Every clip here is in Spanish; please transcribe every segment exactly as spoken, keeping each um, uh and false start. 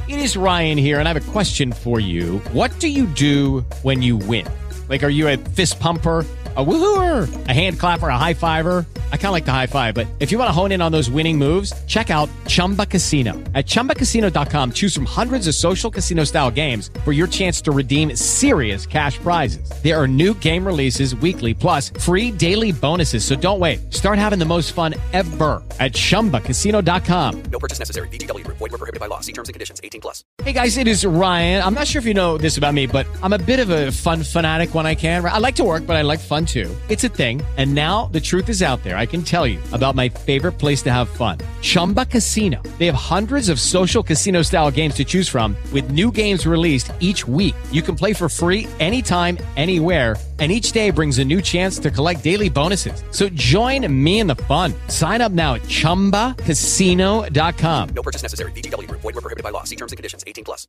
It is Ryan here, and I have a question for you. What do you do when you win? Like, are you a fist pumper, a woohooer, a hand clapper, a high fiver? I kind of like the high five, but if you want to hone in on those winning moves, check out Chumba Casino. At chumba casino dot com, choose from hundreds of social casino style games for your chance to redeem serious cash prizes. There are new game releases weekly, plus free daily bonuses. So don't wait. Start having the most fun ever at chumba casino dot com. No purchase necessary. V G W Group. Void where prohibited by law. See terms and conditions. eighteen plus. Hey guys, it is Ryan. I'm not sure if you know this about me, but I'm a bit of a fun fanatic when I can. I like to work, but I like fun too. It's a thing. And now the truth is out there. I can tell you about my favorite place to have fun. Chumba Casino. They have hundreds of social casino style games to choose from with new games released each week. You can play for free anytime, anywhere. And each day brings a new chance to collect daily bonuses. So join me in the fun. Sign up now at chumba casino dot com. No purchase necessary. V G W Group. Void where prohibited by law. See terms and conditions. eighteen plus.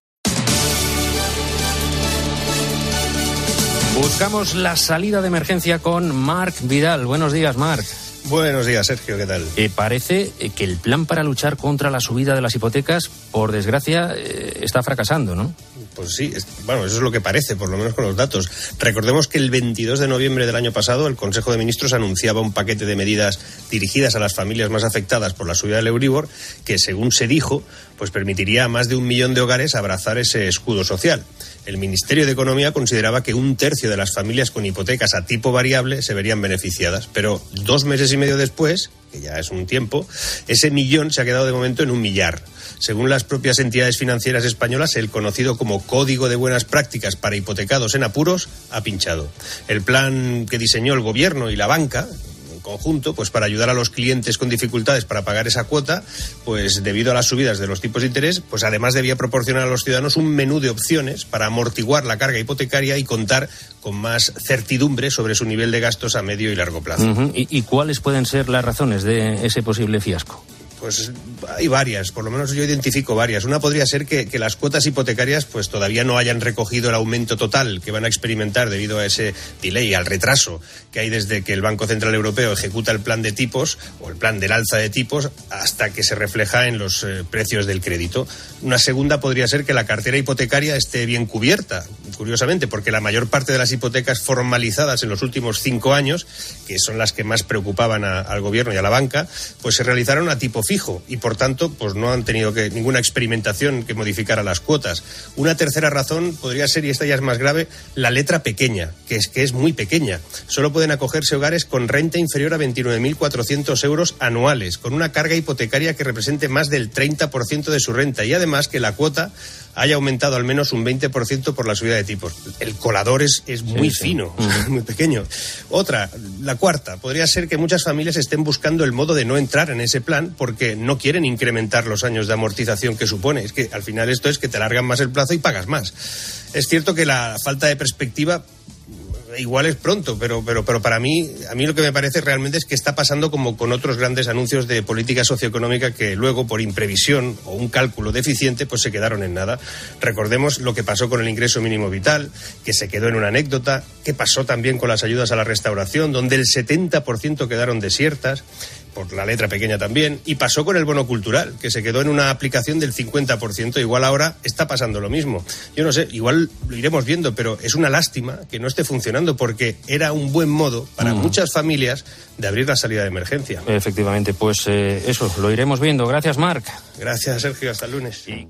Buscamos la salida de emergencia con Marc Vidal. Buenos días, Marc. Buenos días, Sergio, ¿qué tal? Eh, parece que el plan para luchar contra la subida de las hipotecas, por desgracia, eh, está fracasando, ¿no? Pues sí, es, bueno, eso es lo que parece, por lo menos con los datos. Recordemos que el veintidós de noviembre del año pasado el Consejo de Ministros anunciaba un paquete de medidas dirigidas a las familias más afectadas por la subida del Euribor, que según se dijo, pues permitiría a más de un millón de hogares abrazar ese escudo social. El Ministerio de Economía consideraba que un tercio de las familias con hipotecas a tipo variable se verían beneficiadas, pero dos meses y medio después, que ya es un tiempo, ese millón se ha quedado de momento en un millar. Según las propias entidades financieras españolas, el conocido como Código de Buenas Prácticas para Hipotecados en Apuros ha pinchado. El plan que diseñó el Gobierno y la banca en conjunto, pues para ayudar a los clientes con dificultades para pagar esa cuota, pues debido a las subidas de los tipos de interés, pues además debía proporcionar a los ciudadanos un menú de opciones para amortiguar la carga hipotecaria y contar con más certidumbre sobre su nivel de gastos a medio y largo plazo. Uh-huh. ¿Y, y cuáles pueden ser las razones de ese posible fiasco? Pues hay varias, por lo menos yo identifico varias. Una podría ser que, que las cuotas hipotecarias pues todavía no hayan recogido el aumento total que van a experimentar debido a ese delay, al retraso que hay desde que el Banco Central Europeo ejecuta el plan de tipos o el plan del alza de tipos hasta que se refleja en los eh, precios del crédito. Una segunda podría ser que la cartera hipotecaria esté bien cubierta, curiosamente, porque la mayor parte de las hipotecas formalizadas en los últimos cinco años, que son las que más preocupaban a, al gobierno y a la banca, pues se realizaron a tipo fijo y por tanto pues no han tenido que, ninguna experimentación que modificara las cuotas. Una tercera razón podría ser, y esta ya es más grave, la letra pequeña, que es que es muy pequeña. Solo pueden acogerse hogares con renta inferior a veintinueve mil cuatrocientos euros anuales, con una carga hipotecaria que represente más del treinta por ciento de su renta y además que la cuota haya aumentado al menos un veinte por ciento por la subida de tipos. El colador es, es muy sí, fino, sí. muy pequeño. Otra, la cuarta, podría ser que muchas familias estén buscando el modo de no entrar en ese plan porque no quieren incrementar los años de amortización que supone. Es que al final esto es que te alargan más el plazo y pagas más. Es cierto que la falta de perspectiva igual es pronto, pero, pero, pero para mí, a mí lo que me parece realmente es que está pasando como con otros grandes anuncios de política socioeconómica que luego, por imprevisión o un cálculo deficiente, pues se quedaron en nada. Recordemos lo que pasó con el ingreso mínimo vital, que se quedó en una anécdota, que pasó también con las ayudas a la restauración, donde el setenta por ciento quedaron desiertas, por la letra pequeña también, y pasó con el bono cultural, que se quedó en una aplicación del cincuenta por ciento, igual ahora está pasando lo mismo. Yo no sé, igual lo iremos viendo, pero es una lástima que no esté funcionando, porque era un buen modo para mm. muchas familias de abrir la salida de emergencia. Efectivamente, pues eh, eso, lo iremos viendo. Gracias, Marc. Gracias, Sergio, hasta el lunes. Sí.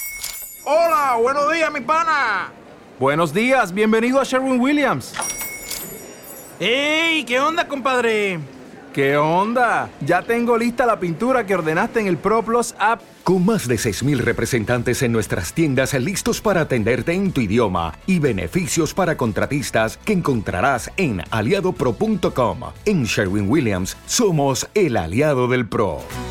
Hola, buenos días, mi pana. Buenos días, bienvenido a Sherwin-Williams. ¡Ey! ¿Qué onda, compadre? ¿Qué onda? Ya tengo lista la pintura que ordenaste en el ProPlus app. Con más de seis mil representantes en nuestras tiendas listos para atenderte en tu idioma y beneficios para contratistas que encontrarás en aliado pro punto com. En Sherwin-Williams somos el aliado del pro.